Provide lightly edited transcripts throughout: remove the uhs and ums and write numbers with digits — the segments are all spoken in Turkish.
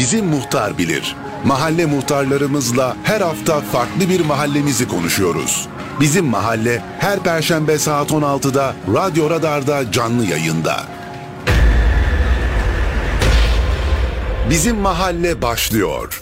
bizim muhtar bilir. Mahalle muhtarlarımızla her hafta farklı bir mahallemizi konuşuyoruz. Bizim Mahalle her Perşembe saat 16'da Radyo Radar'da canlı yayında. Bizim Mahalle başlıyor.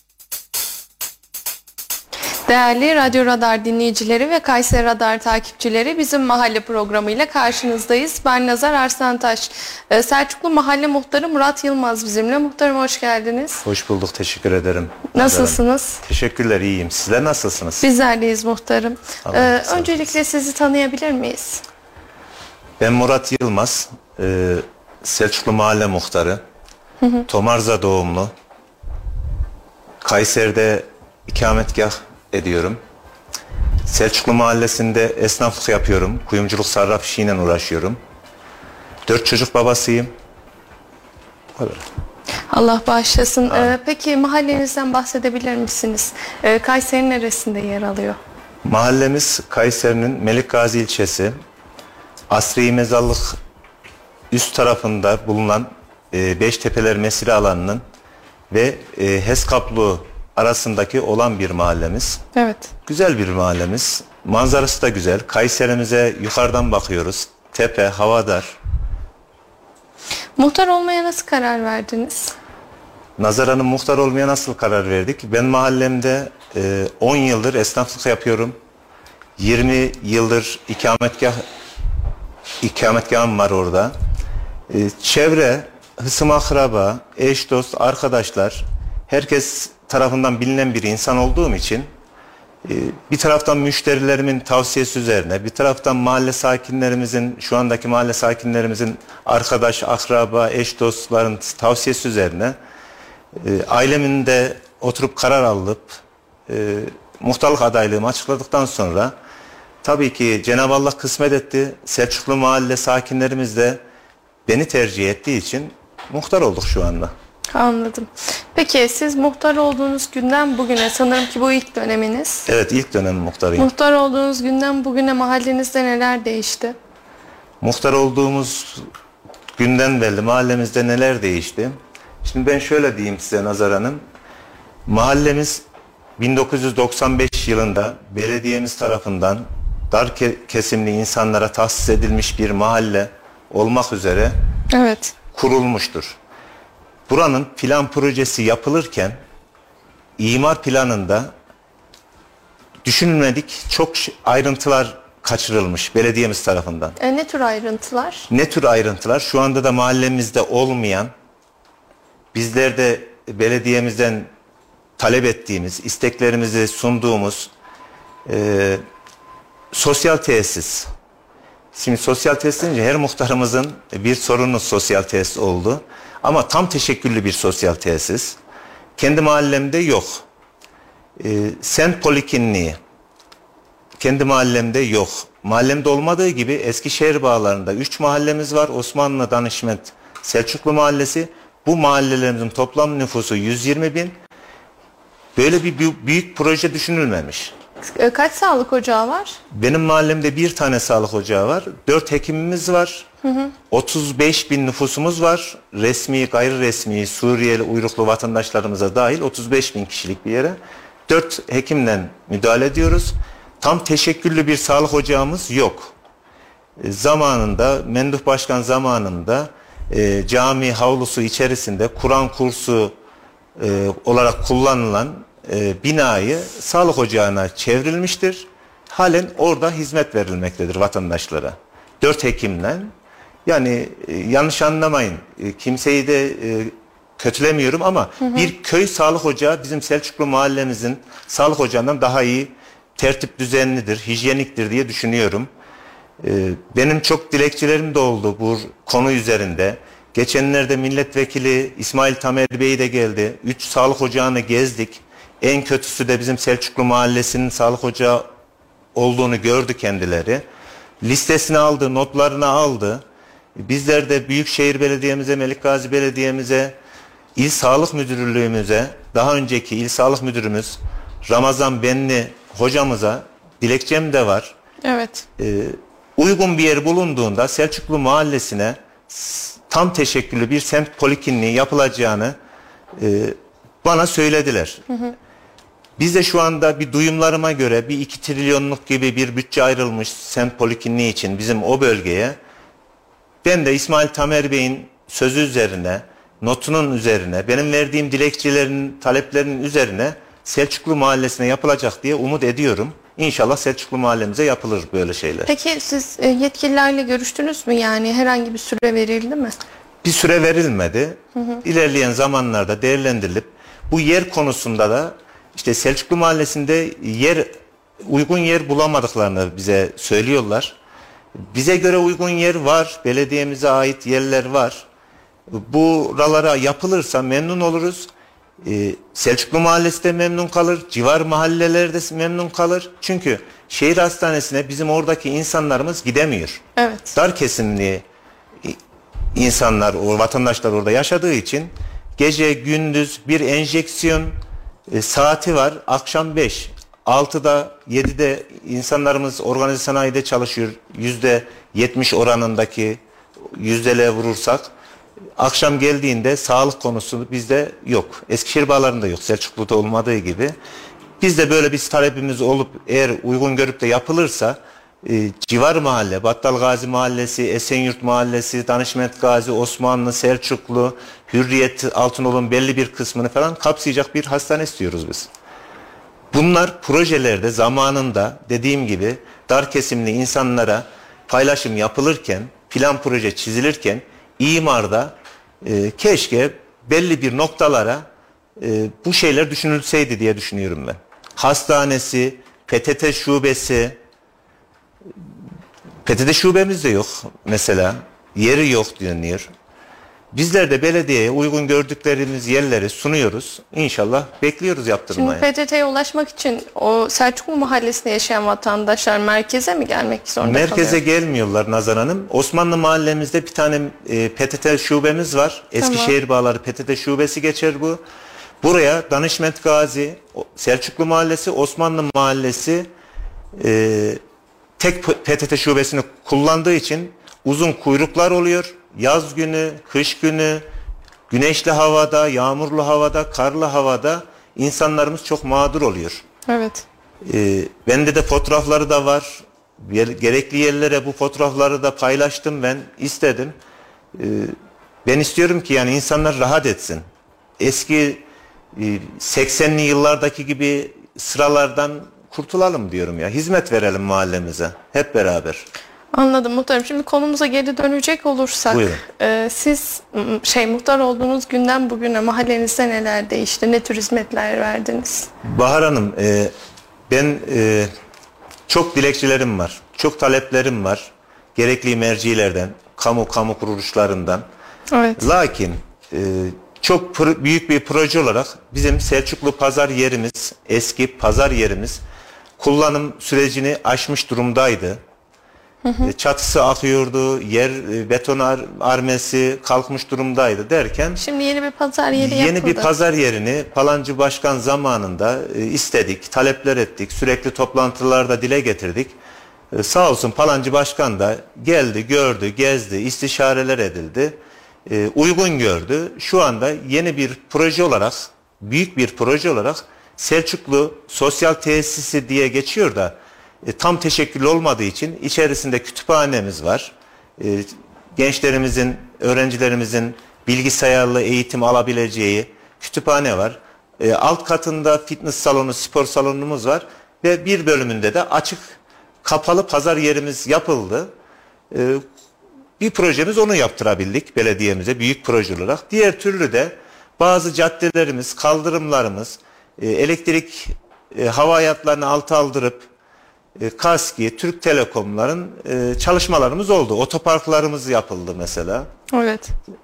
Değerli Radyo Radar dinleyicileri ve Kayseri Radar takipçileri, Bizim Mahalle programıyla karşınızdayız. Ben Nazar Arslantaş. Selçuklu Mahalle Muhtarı Murat Yılmaz bizimle. Muhtarım hoş geldiniz. Hoş bulduk, teşekkür ederim. Nasılsınız? Teşekkürler, iyiyim. Sizler nasılsınız? Bizler deyiz muhtarım. Öncelikle sizi tanıyabilir miyiz? Ben Murat Yılmaz, Selçuklu Mahalle Muhtarı. Tomarza doğumlu. Kayseri'de ikametgah ediyorum. Selçuklu Mahallesi'nde esnaflık yapıyorum. Kuyumculuk, sarraf işiyle uğraşıyorum. 4 çocuk babasıyım. Allah bağışlasın. Peki mahallenizden bahsedebilir misiniz? Kayseri'nin neresinde yer alıyor? Mahallemiz Kayseri'nin Melikgazi ilçesi. Asri Mezarlık üst tarafında bulunan Beştepeler Mesire alanının ve Heskaplı arasındaki olan bir mahallemiz. Evet. Güzel bir mahallemiz. Manzarası da güzel. Kayseri'mize yukarıdan bakıyoruz. Tepe, havadar. Muhtar olmaya nasıl karar verdiniz? Nazar Hanım, muhtar olmaya nasıl karar verdik? Ben mahallemde 10 yıldır esnaflık yapıyorum. 20 yıldır ikametgahım var orada. Çevre, hısım akraba, eş dost, arkadaşlar, herkes tarafından bilinen bir insan olduğum için bir taraftan müşterilerimin tavsiyesi üzerine, bir taraftan mahalle sakinlerimizin, şu andaki mahalle sakinlerimizin arkadaş, akraba, eş dostların tavsiyesi üzerine ailemin de oturup karar alıp muhtarlık adaylığımı açıkladıktan sonra tabii ki Cenab-ı Allah kısmet etti. Selçuklu mahalle sakinlerimiz de beni tercih ettiği için muhtar olduk şu anda. Anladım. Peki siz muhtar olduğunuz günden bugüne, sanırım ki bu ilk döneminiz. Evet, ilk dönem muhtarıyım. Muhtar olduğunuz günden bugüne mahallenizde neler değişti? Muhtar olduğumuz günden beri mahallemizde neler değişti? Şimdi ben şöyle diyeyim size Nazar Hanım. Mahallemiz 1995 yılında belediyemiz tarafından dar kesimli insanlara tahsis edilmiş bir mahalle olmak üzere Evet. kurulmuştur. Buranın plan projesi yapılırken imar planında düşünülmedik çok ayrıntılar kaçırılmış belediyemiz tarafından. Ne tür ayrıntılar? Ne tür ayrıntılar? Şu anda da mahallemizde olmayan, bizler de belediyemizden talep ettiğimiz, isteklerimizi sunduğumuz sosyal tesis. Şimdi sosyal tesis deyince her muhtarımızın bir sorunu sosyal tesis oldu. Ama tam teşekküllü bir sosyal tesis. Kendi mahallemde yok. Sent polikliniği kendi mahallemde yok. Mahallemde olmadığı gibi Eskişehir bağlarında 3 mahallemiz var. Osmanlı, Danışment, Selçuklu Mahallesi. Bu mahallelerimizin toplam nüfusu 120 bin. Böyle bir büyük proje düşünülmemiş. Kaç sağlık ocağı var? Benim mahallemde bir tane sağlık ocağı var. 4 hekimimiz var. 35 bin nüfusumuz var. Resmi, gayri resmi, Suriyeli uyruklu vatandaşlarımıza dahil 35 bin kişilik bir yere 4 hekimle müdahale ediyoruz. Tam teşekküllü bir sağlık ocağımız yok. Zamanında, Menduh Başkan zamanında cami havlusu içerisinde Kur'an kursu olarak kullanılan binayı sağlık ocağına çevrilmiştir. Halen orada hizmet verilmektedir vatandaşlara. 4 hekimle. Yani yanlış anlamayın, kimseyi de kötülemiyorum ama bir köy sağlık ocağı bizim Selçuklu mahallemizin sağlık ocağından daha iyi, tertip düzenlidir, hijyeniktir diye düşünüyorum. Benim çok dilekçelerim de oldu bu konu üzerinde. Geçenlerde milletvekili İsmail Tamer Bey de geldi. 3 sağlık ocağını gezdik. En kötüsü de bizim Selçuklu mahallesinin sağlık ocağı olduğunu gördü kendileri. Listesini aldı, notlarını aldı. Bizler de Büyükşehir Belediye'mize, Melikgazi Belediye'mize, İl Sağlık Müdürlüğümüze, daha önceki İl Sağlık Müdürümüz Ramazan Benli hocamıza dilekçem de var. Evet. Uygun bir yer bulunduğunda Selçuklu Mahallesi'ne tam teşekküllü bir semt polikliniği yapılacağını Bana söylediler. Bizde şu anda bir duyumlarıma göre bir 2 trilyonluk gibi bir bütçe ayrılmış semt polikliniği için bizim o bölgeye. Ben de İsmail Tamer Bey'in sözü üzerine, notunun üzerine, benim verdiğim dilekçelerin, taleplerinin üzerine Selçuklu Mahallesi'ne yapılacak diye umut ediyorum. İnşallah Selçuklu Mahallemize yapılır böyle şeyler. Peki siz yetkililerle görüştünüz mü? Yani herhangi bir süre verildi mi? Bir süre verilmedi. İlerleyen zamanlarda değerlendirilip bu yer konusunda da işte Selçuklu Mahallesi'nde uygun yer bulamadıklarını bize söylüyorlar. Bize göre uygun yer var. Belediyemize ait yerler var. Buralara yapılırsa memnun oluruz. Selçuklu Mahallesi de memnun kalır. Civar mahalleler de memnun kalır. Çünkü şehir hastanesine bizim oradaki insanlarımız gidemiyor. Evet. Dar kesimli insanlar, o vatandaşlar orada yaşadığı için gece gündüz bir enjeksiyon saati var. Akşam 5, 6'da 7'de insanlarımız organize sanayide çalışıyor. %70 oranındaki yüzdeliğe vurursak. Akşam geldiğinde sağlık konusu bizde yok. Eskişehir bağlarında yok. Selçuklu'da olmadığı gibi. Bizde böyle bir talebimiz olup eğer uygun görüp de yapılırsa civar mahalle, Battal Gazi Mahallesi, Esenyurt Mahallesi, Danışment Gazi, Osmanlı, Selçuklu, Hürriyet, Altınoluk'un belli bir kısmını falan kapsayacak bir hastane istiyoruz biz. Bunlar projelerde zamanında dediğim gibi dar kesimli insanlara paylaşım yapılırken, plan proje çizilirken imarda keşke belli bir noktalara bu şeyler düşünülseydi diye düşünüyorum ben. Hastanesi, PTT şubesi, PTT şubemiz de yok mesela. Yeri yok deniliyor. Bizler de belediyeye uygun gördüklerimiz yerleri sunuyoruz. İnşallah bekliyoruz yaptırmaya. Şimdi PTT'ye ulaşmak için o Selçuklu Mahallesi'nde yaşayan vatandaşlar merkeze mi gelmek zorunda kalıyor? Merkeze gelmiyorlar Nazan Hanım. Osmanlı mahallemizde bir tane PTT şubemiz var. Eskişehir Bağları PTT şubesi geçer bu. Buraya Danışment Gazi, Selçuklu Mahallesi, Osmanlı Mahallesi tek PTT şubesini kullandığı için uzun kuyruklar oluyor. Yaz günü, kış günü, güneşli havada, yağmurlu havada, karlı havada insanlarımız çok mağdur oluyor. Evet. Bende de fotoğrafları da var. Gerekli yerlere bu fotoğrafları da paylaştım, ben istedim. Ben istiyorum ki yani insanlar rahat etsin. Eski 80'li yıllardaki gibi sıralardan kurtulalım diyorum ya. Hizmet verelim mahallemize hep beraber. Anladım muhtarım. Şimdi konumuza geri dönecek olursak, siz muhtar olduğunuz günden bugüne mahallenizde neler değişti? Ne tür hizmetler verdiniz? Bahar Hanım, ben çok dilekçelerim var. Çok taleplerim var. Gerekli mercilerden, kamu kuruluşlarından. Evet. Lakin çok büyük bir proje olarak bizim Selçuklu pazar yerimiz, eski pazar yerimiz kullanım sürecini aşmış durumdaydı. Çatısı akıyordu, yer beton armesi kalkmış durumdaydı derken şimdi yeni bir pazar yeri yapıldı. Yeni bir pazar yerini Palancı Başkan zamanında istedik, talepler ettik, sürekli toplantılarda dile getirdik. Sağ olsun Palancı Başkan da geldi, gördü, gezdi, istişareler edildi, uygun gördü. Şu anda yeni bir proje olarak, büyük bir proje olarak Selçuklu Sosyal Tesisi diye geçiyor da tam teşekkül olmadığı için içerisinde kütüphanemiz var. Gençlerimizin, öğrencilerimizin bilgisayarlı eğitim alabileceği kütüphane var. Alt katında fitness salonu, spor salonumuz var ve bir bölümünde de açık kapalı pazar yerimiz yapıldı. Bir projemiz onu yaptırabildik belediyemize büyük proje olarak. Diğer türlü de bazı caddelerimiz, kaldırımlarımız, elektrik hava hayatlarını alta aldırıp KASKİ, Türk Telekom'ların çalışmalarımız oldu. Otoparklarımız yapıldı mesela. Evet.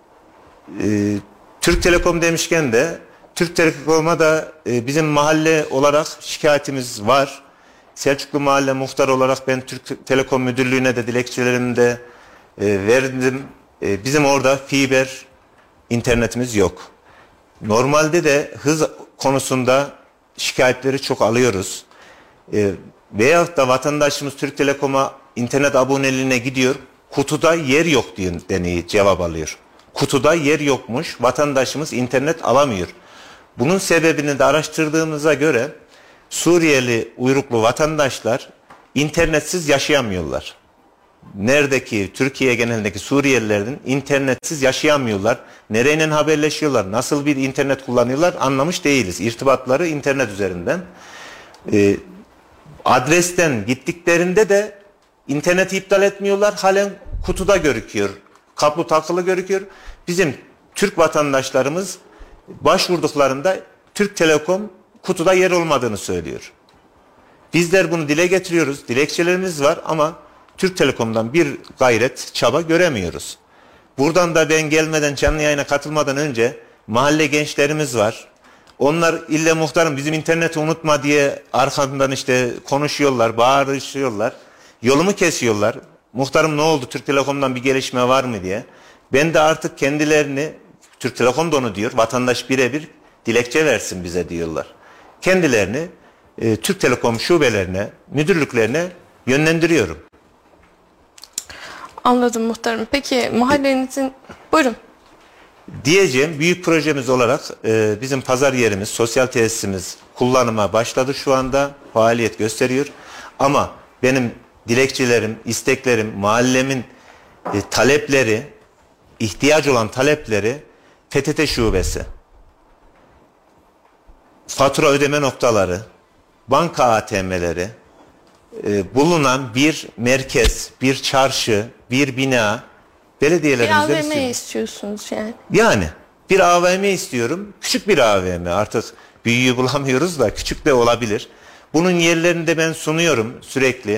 Türk Telekom demişken de Türk Telekom'a da bizim mahalle olarak şikayetimiz var. Selçuklu Mahalle Muhtarı olarak ben Türk Telekom Müdürlüğü'ne de dilekçelerimi de verdim. Bizim orada fiber internetimiz yok. Normalde de hız konusunda şikayetleri çok alıyoruz. Veyahut da vatandaşımız Türk Telekom'a internet aboneliğine gidiyor. Kutuda yer yok diye cevap alıyor. Kutuda yer yokmuş. Vatandaşımız internet alamıyor. Bunun sebebini de araştırdığımıza göre Suriyeli uyruklu vatandaşlar internetsiz yaşayamıyorlar. Neredeki Türkiye genelindeki Suriyelilerin internetsiz yaşayamıyorlar. Nereyle haberleşiyorlar, nasıl bir internet kullanıyorlar anlamış değiliz. İrtibatları internet üzerinden. Adresten gittiklerinde de interneti iptal etmiyorlar. Halen kutuda gözüküyor. Kablo takılı gözüküyor. Bizim Türk vatandaşlarımız başvurduklarında Türk Telekom kutuda yer olmadığını söylüyor. Bizler bunu dile getiriyoruz. Dilekçelerimiz var ama Türk Telekom'dan bir gayret, çaba göremiyoruz. Buradan da ben gelmeden, canlı yayına katılmadan önce mahalle gençlerimiz var. Onlar ille muhtarım bizim interneti unutma diye arkamdan işte konuşuyorlar, bağırışıyorlar. Yolumu kesiyorlar. Muhtarım ne oldu, Türk Telekom'dan bir gelişme var mı diye. Ben de artık kendilerini, Türk Telekom da onu diyor, vatandaş birebir dilekçe versin bize diyorlar. Kendilerini Türk Telekom şubelerine, müdürlüklerine yönlendiriyorum. Anladım muhtarım. Peki mahallenizin... Buyurun. Diyeceğim, büyük projemiz olarak bizim pazar yerimiz, sosyal tesisimiz kullanıma başladı şu anda, faaliyet gösteriyor. Ama benim dilekçelerim, isteklerim, mahallemin talepleri, ihtiyaç olan talepleri PTT şubesi, fatura ödeme noktaları, banka ATM'leri, bulunan bir merkez, bir çarşı, bir bina, belediyelerimizden Bir AVM istiyorum. istiyorsunuz yani. Yani bir AVM istiyorum, küçük bir AVM, artık büyüğü bulamıyoruz da küçük de olabilir. Bunun yerlerini de ben sunuyorum sürekli.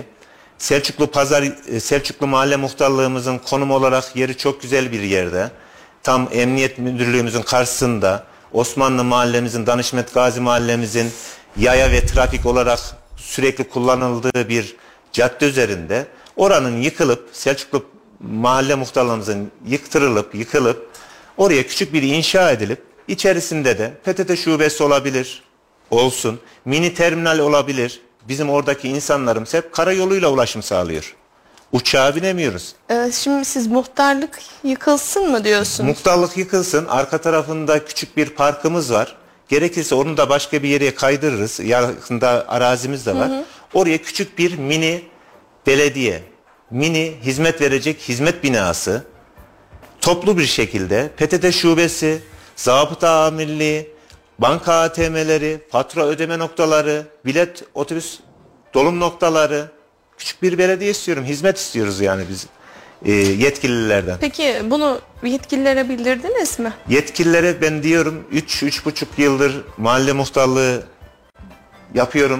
Selçuklu Mahalle Muhtarlığımızın konum olarak yeri çok güzel bir yerde. Tam Emniyet Müdürlüğümüzün karşısında, Osmanlı Mahallemizin, Danışmet Gazi Mahallemizin yaya ve trafik olarak sürekli kullanıldığı bir cadde üzerinde. Oranın yıkılıp, Selçuklu Mahalle Muhtarlığımızın yıkılıp oraya küçük bir inşa edilip içerisinde de PTT şubesi olabilir, olsun, mini terminal olabilir. Bizim oradaki insanlarımız hep karayoluyla ulaşım sağlıyor. Uçağa binemiyoruz. Şimdi siz muhtarlık yıkılsın mı diyorsunuz? Muhtarlık yıkılsın. Arka tarafında küçük bir parkımız var. Gerekirse onu da başka bir yere kaydırırız. Yakında arazimiz de var. Oraya küçük bir mini belediye, mini hizmet verecek hizmet binası, toplu bir şekilde PTT şubesi, zabıta amirliği, banka ATM'leri, fatura ödeme noktaları, bilet, otobüs dolum noktaları, küçük bir belediye istiyorum. Hizmet istiyoruz yani biz yetkililerden. Peki bunu yetkililere bildirdiniz mi? Yetkililere ben diyorum 3-3,5 yıldır mahalle muhtarlığı yapıyorum.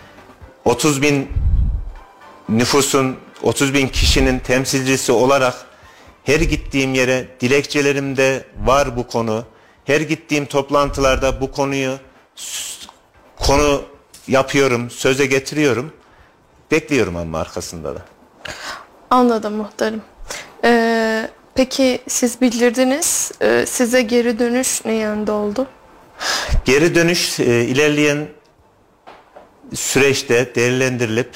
30 bin nüfusun, 30 bin kişinin temsilcisi olarak her gittiğim yere dilekçelerimde var bu konu. Her gittiğim toplantılarda bu konuyu konu yapıyorum, söze getiriyorum. Bekliyorum ama arkasında da. Anladım muhtarım. Peki siz bildirdiniz. Size geri dönüş ne yönde oldu? Geri dönüş ilerleyen süreçte değerlendirilip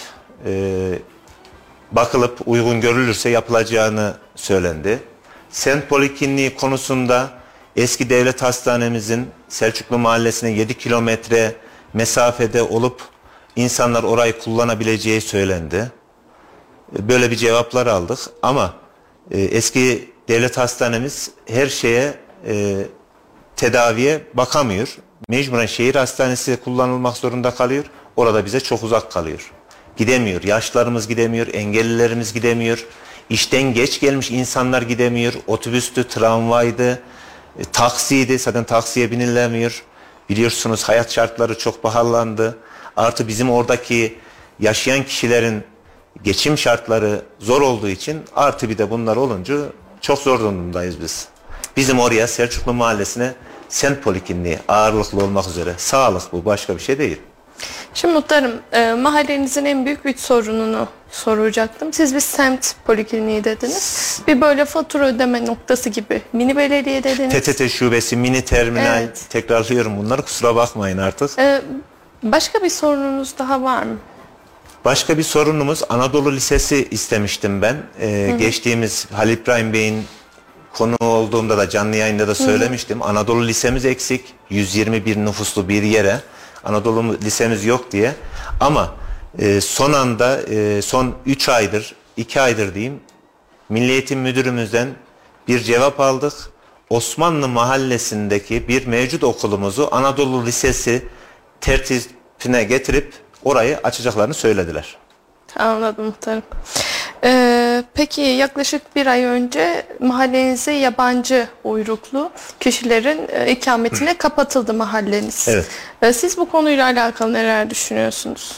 bakılıp uygun görülürse yapılacağını söylendi. Sent Polikliniği konusunda eski devlet hastanemizin Selçuklu Mahallesi'ne 7 kilometre mesafede olup insanlar orayı kullanabileceği söylendi. Böyle bir cevaplar aldık ama eski devlet hastanemiz her şeye tedaviye bakamıyor. Mecburen şehir hastanesi kullanılmak zorunda kalıyor. Orada bize çok uzak kalıyor. Gidemiyor. Yaşlarımız gidemiyor. Engellilerimiz gidemiyor. İşten geç gelmiş insanlar gidemiyor. Otobüstü, tramvaydı, taksiydi. Zaten taksiye binilemiyor. Biliyorsunuz hayat şartları çok pahalandı. Artı bizim oradaki yaşayan kişilerin geçim şartları zor olduğu için artı bir de bunlar olunca çok zor durumdayız biz. Bizim oraya Selçuklu Mahallesi'ne Sent Polikliniği ağırlıklı olmak üzere. Sağlık bu, başka bir şey değil. Şimdi muhtarım mahallenizin en büyük 3 sorununu soracaktım. Siz bir semt polikliniği dediniz. Bir böyle fatura ödeme noktası gibi mini belediye dediniz. PTT şubesi, mini terminal, Evet. tekrarlıyorum bunları, kusura bakmayın artık. Başka bir sorununuz daha var mı? Başka bir sorunumuz Anadolu Lisesi istemiştim ben. Geçtiğimiz Halil İbrahim Bey'in konu olduğumda da canlı yayında da söylemiştim. Anadolu Lisemiz eksik. 121 nüfuslu bir yere Anadolu Lisemiz yok diye. Ama son anda son 3 aydır, 2 aydır diyeyim, Milli Eğitim Müdürümüzden bir cevap aldık. Osmanlı Mahallesi'ndeki bir mevcut okulumuzu Anadolu Lisesi tertibine getirip orayı açacaklarını söylediler. Anladım muhtarım. Peki yaklaşık bir ay önce mahallenize yabancı uyruklu kişilerin ikametine kapatıldı mahalleniz. Evet. Siz bu konuyla alakalı neler düşünüyorsunuz?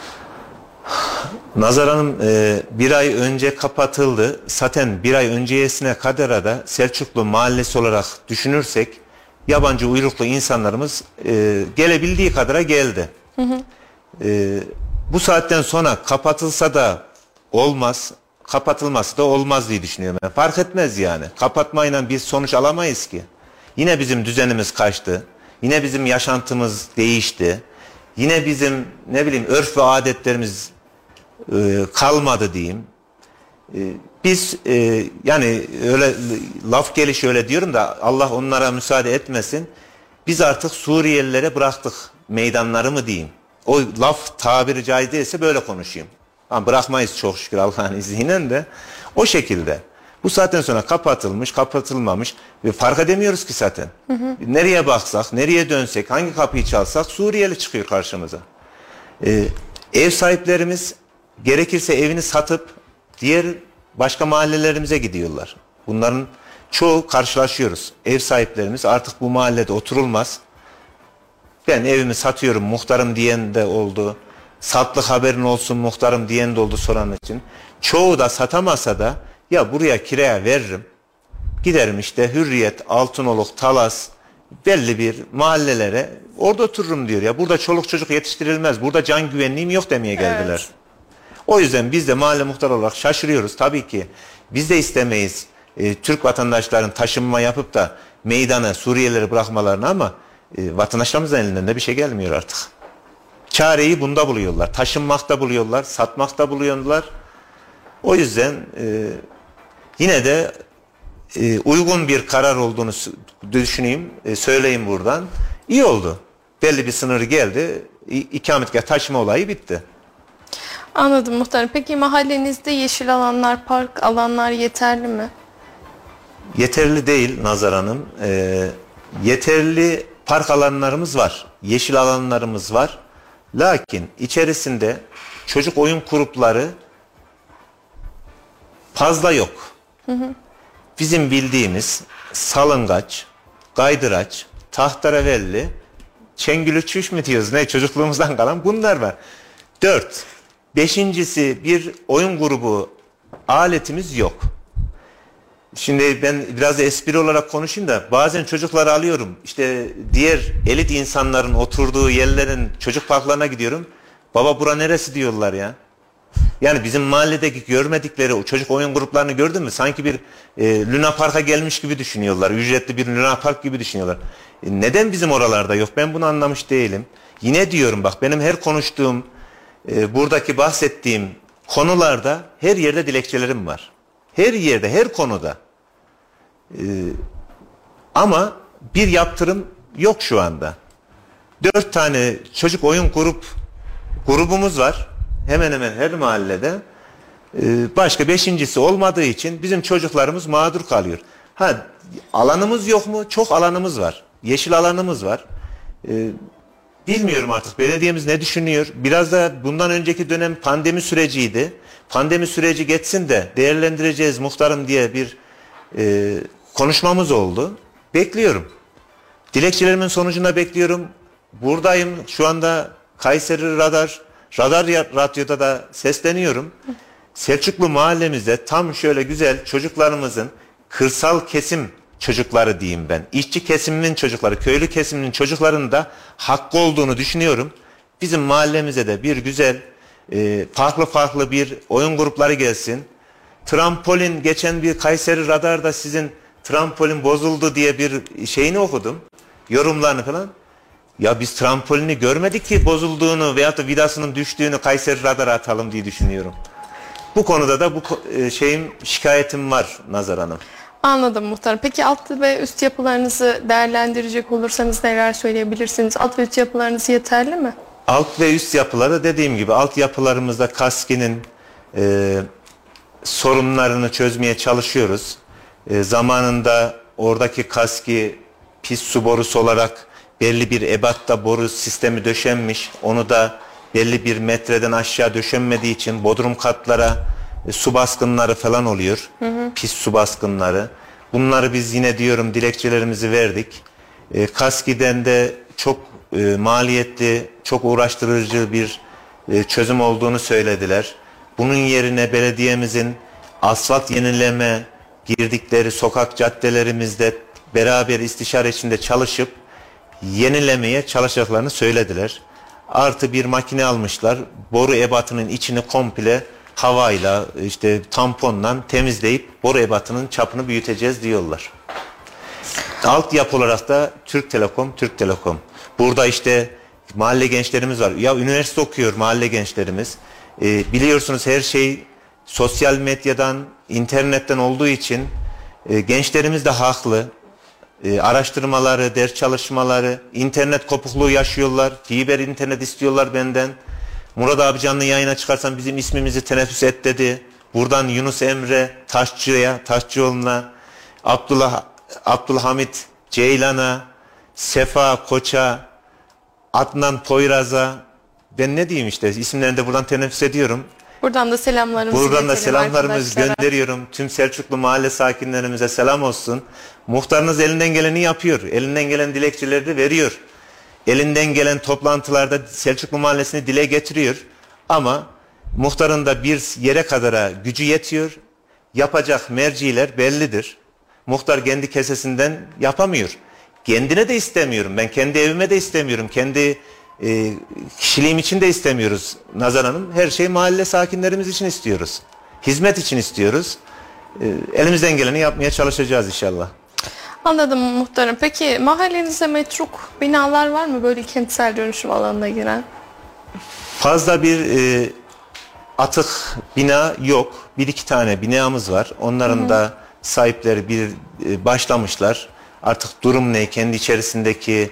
Nazar Hanım, bir ay önce kapatıldı. Zaten bir ay öncesine kadar da Selçuklu Mahallesi olarak düşünürsek yabancı uyruklu insanlarımız gelebildiği kadara geldi. Bu saatten sonra kapatılsa da olmaz, kapatılması da olmaz diye düşünüyorum. Yani fark etmez yani. Kapatmayla bir sonuç alamayız ki. Yine bizim düzenimiz kaçtı. Yine bizim yaşantımız değişti. Yine bizim örf ve adetlerimiz kalmadı diyeyim. Biz yani öyle laf gelişi öyle diyorum da Allah onlara müsaade etmesin. Biz artık Suriyelilere bıraktık meydanları mı diyeyim. O laf tabiri caiz değilse böyle konuşayım. Ama bırakmayız çok şükür Allah'ın izniyle de. O şekilde. Bu saatten sonra kapatılmış, kapatılmamış ve fark edemiyoruz ki zaten. Nereye baksak, nereye dönsek, hangi kapıyı çalsak Suriyeli çıkıyor karşımıza. Ev sahiplerimiz gerekirse evini satıp diğer başka mahallelerimize gidiyorlar. Bunların çoğu karşılaşıyoruz. Ev sahiplerimiz artık bu mahallede oturulmaz. Ben evimi satıyorum muhtarım diyen de oldu. Satlık haberin olsun muhtarım diyen de oldu soran için. Çoğu da satamasa da ya buraya kiraya veririm. Giderim işte Hürriyet, Altınoluk, Talas belli bir mahallelere orada otururum diyor. Ya burada çoluk çocuk yetiştirilmez. Burada can güvenliğim yok demeye geldiler. Evet. O yüzden biz de mahalle muhtarı olarak şaşırıyoruz. Tabii ki biz de istemeyiz Türk vatandaşların taşınma yapıp da meydana Suriyelileri bırakmalarını ama vatandaşlarımızın elinden de bir şey gelmiyor artık. Çareyi bunda buluyorlar. Taşınmakta buluyorlar, satmakta buluyorlar. O yüzden yine de uygun bir karar olduğunu düşüneyim, söyleyeyim buradan. İyi oldu. Belli bir sınır geldi. İkametgah taşıma olayı bitti. Anladım muhtarım. Peki mahallenizde yeşil alanlar, park alanlar yeterli mi? Yeterli değil Nazar Hanım. Yeterli park alanlarımız var. Yeşil alanlarımız var. Lakin içerisinde çocuk oyun grupları fazla yok. Bizim bildiğimiz salıngaç, kaydıraç, tahterevalli, çengülüçüş mü diyoruz ne çocukluğumuzdan kalan bunlar var. 4. Beşincisi bir oyun grubu aletimiz yok. Şimdi ben biraz da espri olarak konuşayım da bazen çocukları alıyorum. İşte diğer elit insanların oturduğu yerlerin çocuk parklarına gidiyorum. Baba bura neresi diyorlar ya. Yani bizim mahalledeki görmedikleri o çocuk oyun gruplarını gördün mü? Sanki bir Luna Park'a gelmiş gibi düşünüyorlar. Ücretli bir Luna Park gibi düşünüyorlar. Neden bizim oralarda yok? Ben bunu anlamış değilim. Yine diyorum bak benim her konuştuğum buradaki bahsettiğim konularda her yerde dilekçelerim var. Her yerde, her konuda. Ama bir yaptırım yok şu anda. 4 tane çocuk oyun grubumuz var. Hemen hemen her mahallede. Başka beşincisi olmadığı için bizim çocuklarımız mağdur kalıyor. Alanımız yok mu? Çok alanımız var. Yeşil alanımız var. Bilmiyorum artık belediyemiz ne düşünüyor. Biraz da bundan önceki dönem pandemi süreciydi. Pandemi süreci geçsin de değerlendireceğiz muhtarım diye bir konuşmamız oldu. Bekliyorum. Dilekçelerimin sonucuna bekliyorum. Buradayım. Şu anda Kayseri Radar Radyo'da da sesleniyorum. Selçuklu mahallemizde tam şöyle güzel çocuklarımızın kırsal kesim çocukları diyeyim ben. İşçi kesiminin çocukları, köylü kesiminin çocuklarının da hakkı olduğunu düşünüyorum. Bizim mahallemize de bir güzel farklı bir oyun grupları gelsin. Trampolin geçen bir Kayseri Radar'da sizin trampolin bozuldu diye bir şeyini okudum. Yorumlarını falan. Ya biz trampolini görmedik ki bozulduğunu veyahut da vidasının düştüğünü Kayseri Radar'a atalım diye düşünüyorum. Bu konuda da şikayetim var Nazar Hanım. Anladım muhtarım. Peki alt ve üst yapılarınızı değerlendirecek olursanız neler söyleyebilirsiniz? Alt ve üst yapılarınız yeterli mi? Alt ve üst yapıları dediğim gibi alt yapılarımızda KASKİ'nin sorunlarını çözmeye çalışıyoruz. Zamanında oradaki KASKİ pis su borusu olarak belli bir ebatta boru sistemi döşenmiş. Onu da belli bir metreden aşağı döşenmediği için bodrum katlara su baskınları falan oluyor. Pis su baskınları. Bunları biz yine diyorum dilekçelerimizi verdik. KASKİ'den de çok maliyetli, çok uğraştırıcı bir çözüm olduğunu söylediler. Bunun yerine belediyemizin asfalt yenileme girdikleri sokak caddelerimizde beraber istişare içinde çalışıp yenilemeye çalışacaklarını söylediler. Artı bir makine almışlar. Boru ebatının içini komple havayla işte tamponla temizleyip boru ebatının çapını büyüteceğiz diyorlar. Altyapı olarak da Türk Telekom. Burada işte mahalle gençlerimiz var. Ya üniversite okuyor mahalle gençlerimiz. Biliyorsunuz her şey sosyal medyadan, internetten olduğu için gençlerimiz de haklı. Araştırmaları, ders çalışmaları, internet kopukluğu yaşıyorlar. Fiber internet istiyorlar benden. Murat abi canlı yayına çıkarsan bizim ismimizi teneffüs et dedi. Buradan Yunus Emre Taşçıoğlu'na, Abdülhamit Ceylan'a, Sefa Koç'a, Adnan Poyraz'a, ben ne diyeyim işte isimlerini de buradan teneffüs ediyorum. Buradan da selamlarımızı gönderiyorum. Tüm Selçuklu mahalle sakinlerimize selam olsun. Muhtarınız elinden geleni yapıyor. Elinden gelen dilekçeleri veriyor. Elinden gelen toplantılarda Selçuklu mahallesini dile getiriyor. Ama muhtarın da bir yere kadara gücü yetiyor. Yapacak merciler bellidir. Muhtar kendi kesesinden yapamıyor. Kendine de istemiyorum. Ben kendi evime de istemiyorum. Kendi kişiliğim için de istemiyoruz Nazan Hanım. Her şey mahalle sakinlerimiz için istiyoruz. Hizmet için istiyoruz. Elimizden geleni yapmaya çalışacağız inşallah. Anladım muhtarım. Peki mahallenizde metruk binalar var mı böyle kentsel dönüşüm alanına giren? Fazla bir atık bina yok. Bir iki tane binamız var. Onların da sahipleri başlamışlar. Artık durum ne? Kendi içerisindeki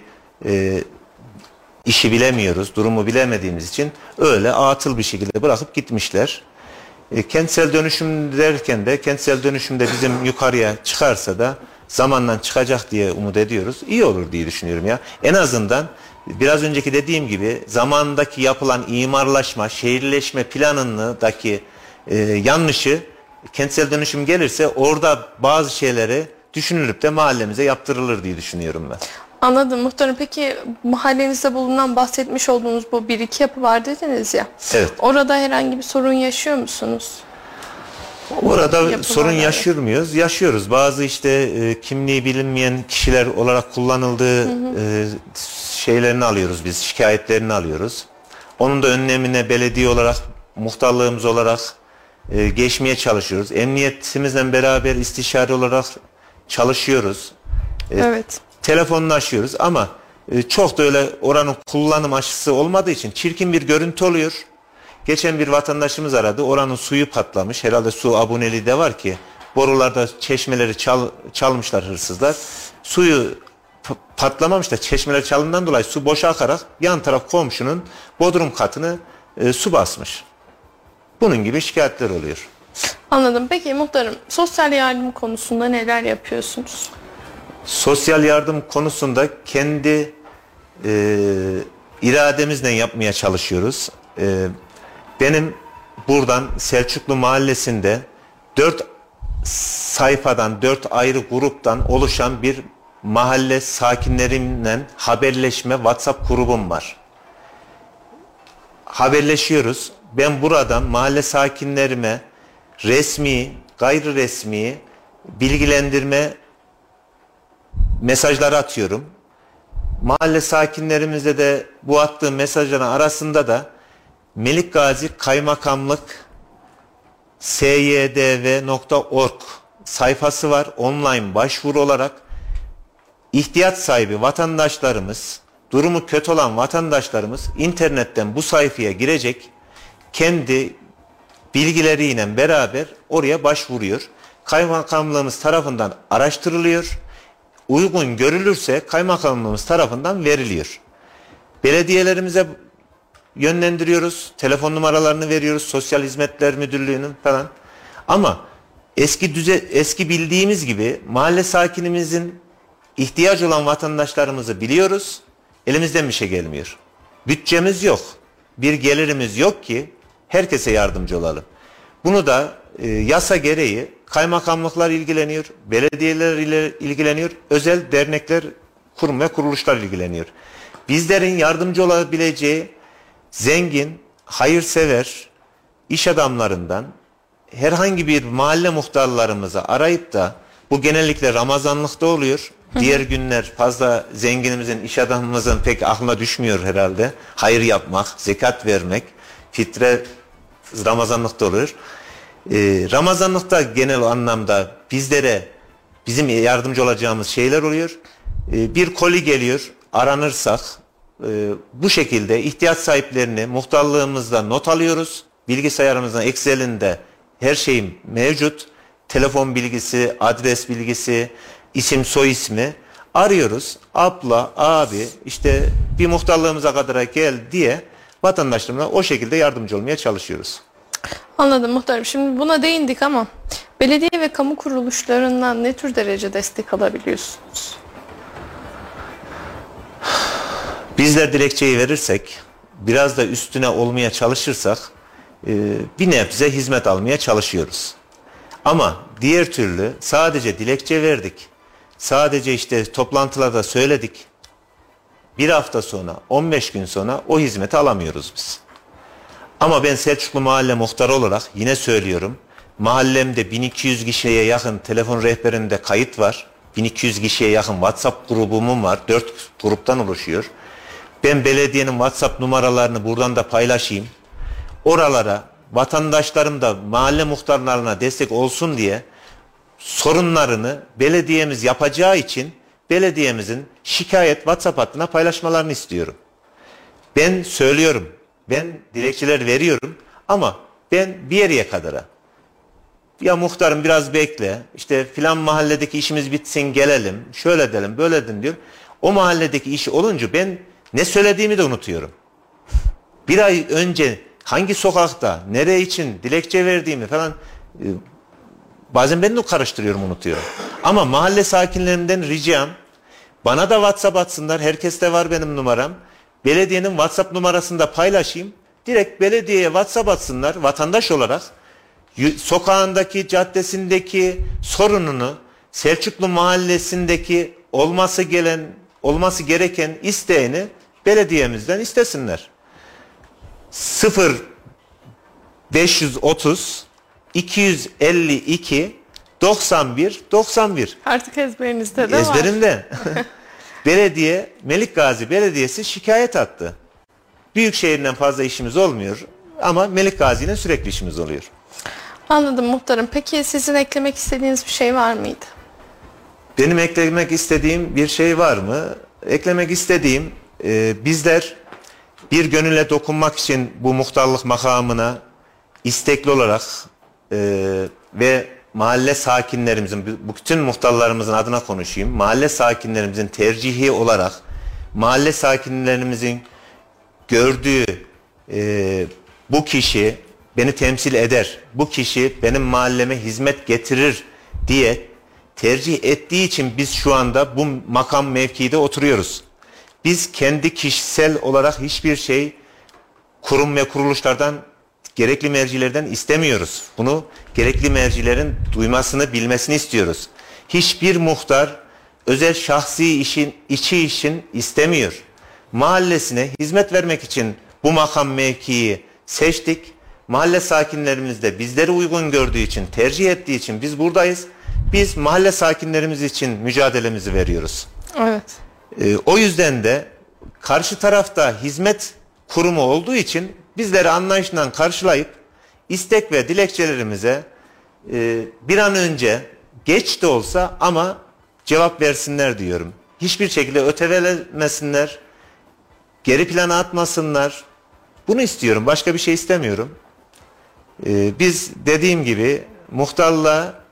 işi bilemiyoruz. Durumu bilemediğimiz için öyle atıl bir şekilde bırakıp gitmişler. Kentsel dönüşüm derken de kentsel dönüşümde bizim yukarıya çıkarsa da zamanla çıkacak diye umut ediyoruz. İyi olur diye düşünüyorum ya. En azından biraz önceki dediğim gibi zamandaki yapılan imarlaşma, şehirleşme planındaki yanlışı kentsel dönüşüm gelirse orada bazı şeyleri düşünülüp de mahallemize yaptırılır diye düşünüyorum ben. Anladım muhtarım. Peki mahallenizde bulunan bahsetmiş olduğunuz bu bir iki yapı var dediniz ya. Evet. Orada herhangi bir sorun yaşıyor musunuz? Orada sorun yaşıyor muyuz? Yaşıyoruz. Bazı işte kimliği bilinmeyen kişiler olarak kullanıldığı şeylerini alıyoruz biz, şikayetlerini alıyoruz. Onun da önlemine belediye olarak, muhtarlığımız olarak geçmeye çalışıyoruz. Emniyetimizle beraber istişare olarak çalışıyoruz. Evet. Telefonlaşıyoruz ama çok da öyle oranın kullanım aşısı olmadığı için çirkin bir görüntü oluyor. Geçen bir vatandaşımız aradı. Oranın suyu patlamış. Herhalde su aboneliği de var ki. Borularda çeşmeleri çalmışlar hırsızlar. Suyu patlamamış da çeşmeler çalından dolayı su boşa akarak yan taraf komşunun bodrum katını su basmış. Bunun gibi şikayetler oluyor. Anladım. Peki muhtarım sosyal yardım konusunda neler yapıyorsunuz? Sosyal yardım konusunda kendi irademizle yapmaya çalışıyoruz. Benim buradan Selçuklu Mahallesi'nde 4 sayfadan 4 ayrı gruptan oluşan bir mahalle sakinlerimle haberleşme WhatsApp grubum var. Haberleşiyoruz. Ben buradan mahalle sakinlerime resmi, gayri resmi bilgilendirme mesajları atıyorum. Mahalle sakinlerimizle de bu attığım mesajların arasında da Melikgazi Kaymakamlık syedv.org sayfası var. Online başvuru olarak ihtiyaç sahibi vatandaşlarımız, durumu kötü olan vatandaşlarımız internetten bu sayfaya girecek, kendi bilgileriyle beraber oraya başvuruyor. kaymakamlığımız tarafından araştırılıyor. Uygun görülürse kaymakamlığımız tarafından veriliyor. Belediyelerimize yönlendiriyoruz. Telefon numaralarını veriyoruz. Sosyal Hizmetler Müdürlüğü'nün falan. Ama eski bildiğimiz gibi mahalle sakinimizin ihtiyaç olan vatandaşlarımızı biliyoruz. Elimizden bir şey gelmiyor. Bütçemiz yok. Bir gelirimiz yok ki herkese yardımcı olalım. Bunu da yasa gereği kaymakamlıklar ilgileniyor, belediyeler ilgileniyor, özel dernekler, kurum ve kuruluşlar ilgileniyor. Bizlerin yardımcı olabileceği zengin, hayırsever iş adamlarından herhangi bir mahalle muhtarlarımızı arayıp da, bu genellikle Ramazanlıkta oluyor. Diğer günler fazla zenginimizin, iş adamımızın pek aklına düşmüyor herhalde. Hayır yapmak, zekat vermek, fitre Ramazanlıkta olur. Ramazanlıkta genel anlamda bizim yardımcı olacağımız şeyler oluyor. Bir koli geliyor, aranırsak bu şekilde ihtiyaç sahiplerini muhtarlığımızda not alıyoruz. Bilgisayarımızın Excel'inde her şey mevcut. Telefon bilgisi, adres bilgisi, isim soy ismi arıyoruz. Abla, abi, işte bir muhtarlığımıza kadar gel diye vatandaşlarımıza o şekilde yardımcı olmaya çalışıyoruz. Anladım muhtarım. Şimdi buna değindik ama belediye ve kamu kuruluşlarından ne tür derece destek alabiliyorsunuz? Bizler dilekçeyi verirsek, biraz da üstüne olmaya çalışırsak bir nebze hizmet almaya çalışıyoruz. Ama diğer türlü sadece dilekçe verdik, sadece işte toplantılarda söyledik, bir hafta sonra, 15 gün sonra o hizmeti alamıyoruz biz. Ama ben Selçuklu Mahalle Muhtarı olarak yine söylüyorum, mahallemde 1200 kişiye yakın telefon rehberimde kayıt var, 1200 kişiye yakın WhatsApp grubum var, 4 gruptan oluşuyor. Ben belediyenin WhatsApp numaralarını buradan da paylaşayım. Oralara vatandaşlarım da mahalle muhtarlarına destek olsun diye sorunlarını belediyemiz yapacağı için belediyemizin şikayet WhatsApp hattına paylaşmalarını istiyorum. Ben söylüyorum, ben dilekçeler veriyorum ama ben bir yere kadara. Ya muhtarım biraz bekle, işte filan mahalledeki işimiz bitsin gelelim, şöyle edelim, böyle edelim diyor. O mahalledeki işi olunca ben ne söylediğimi de unutuyorum. Bir ay önce hangi sokakta, nereye için dilekçe verdiğimi falan bazen ben de karıştırıyorum, unutuyorum. Ama mahalle sakinlerinden ricam, bana da WhatsApp atsınlar, herkeste var benim numaram. Belediyenin WhatsApp numarasını da paylaşayım. Direkt belediyeye WhatsApp atsınlar vatandaş olarak. Sokağındaki, caddesindeki sorununu, Selçuklu mahallesindeki olması gereken isteğini belediyemizden istesinler. 0530 252 91 91. Artık ezberinizde de var. Ezberimde. Belediye, Melikgazi Belediyesi şikayet attı. Büyükşehir'den fazla işimiz olmuyor ama Melikgazi ile sürekli işimiz oluyor. Anladım muhtarım. Peki sizin eklemek istediğiniz bir şey var mıydı? Benim eklemek istediğim bir şey var mı? Eklemek istediğim, bizler bir gönüle dokunmak için bu muhtarlık makamına istekli olarak ve mahalle sakinlerimizin, bütün muhtarlarımızın adına konuşayım, mahalle sakinlerimizin tercihi olarak mahalle sakinlerimizin gördüğü bu kişi beni temsil eder, bu kişi benim mahalleme hizmet getirir diye tercih ettiği için biz şu anda bu makam mevkide oturuyoruz. Biz kendi kişisel olarak hiçbir şey kurum ve kuruluşlardan, gerekli mercilerden istemiyoruz. Bunu gerekli mercilerin duymasını, bilmesini istiyoruz. Hiçbir muhtar özel şahsi işin istemiyor. Mahallesine hizmet vermek için bu makam mevkiyi seçtik. Mahalle sakinlerimiz de bizleri uygun gördüğü için, tercih ettiği için biz buradayız. Biz mahalle sakinlerimiz için mücadelemizi veriyoruz. Evet. O yüzden de karşı tarafta hizmet kurumu olduğu için bizleri anlayışla karşılayıp istek ve dilekçelerimize bir an önce, geç de olsa ama cevap versinler diyorum. Hiçbir şekilde ötelemesinler, geri plana atmasınlar. Bunu istiyorum, başka bir şey istemiyorum. Biz dediğim gibi muhtarla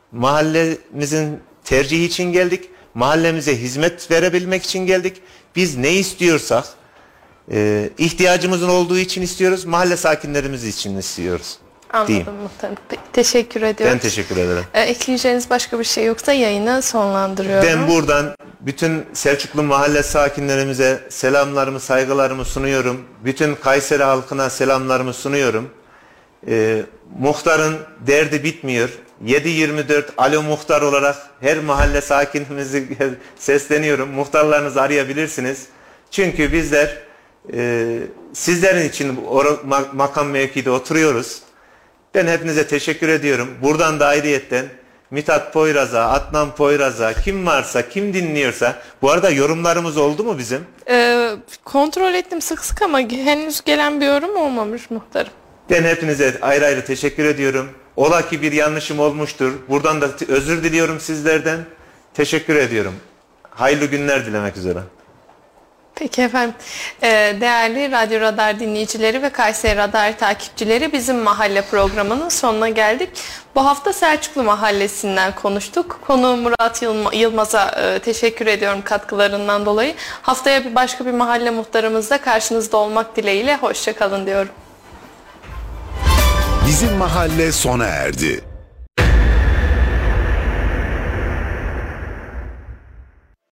Mahallemizin tercihi için geldik. Mahallemize hizmet verebilmek için geldik. Biz ne istiyorsak ihtiyacımızın olduğu için istiyoruz. Mahalle sakinlerimiz için istiyoruz. Anladım muhtarım. Teşekkür ediyorum. Ben teşekkür ederim. Ekleyeceğiniz başka bir şey yoksa yayını sonlandırıyorum. Ben buradan bütün Selçuklu mahalle sakinlerimize selamlarımı, saygılarımı sunuyorum. Bütün Kayseri halkına selamlarımı sunuyorum. Muhtarın derdi bitmiyor. 7/24 Alo Muhtar olarak her mahalle sakinimizi sesleniyorum. Muhtarlarınızı arayabilirsiniz. Çünkü bizler sizlerin için makam mevkide oturuyoruz. Ben hepinize teşekkür ediyorum. Buradan da ayrıyetten Mithat Poyraz'a, Adnan Poyraz'a, kim varsa, kim dinliyorsa. Bu arada yorumlarımız oldu mu bizim? Kontrol ettim sık sık ama henüz gelen bir yorum olmamış muhtarım. Ben hepinize ayrı ayrı teşekkür ediyorum. Ola ki bir yanlışım olmuştur. Buradan da özür diliyorum sizlerden. Teşekkür ediyorum. Hayırlı günler dilemek üzere. Peki efendim. Değerli Radyo Radar dinleyicileri ve Kayseri Radar takipçileri, bizim mahalle programının sonuna geldik. Bu hafta Selçuklu Mahallesi'nden konuştuk. Konuğum Murat Yılmaz'a teşekkür ediyorum katkılarından dolayı. Haftaya başka bir mahalle muhtarımızla karşınızda olmak dileğiyle. Hoşça kalın diyorum. Bizim mahalle sona erdi.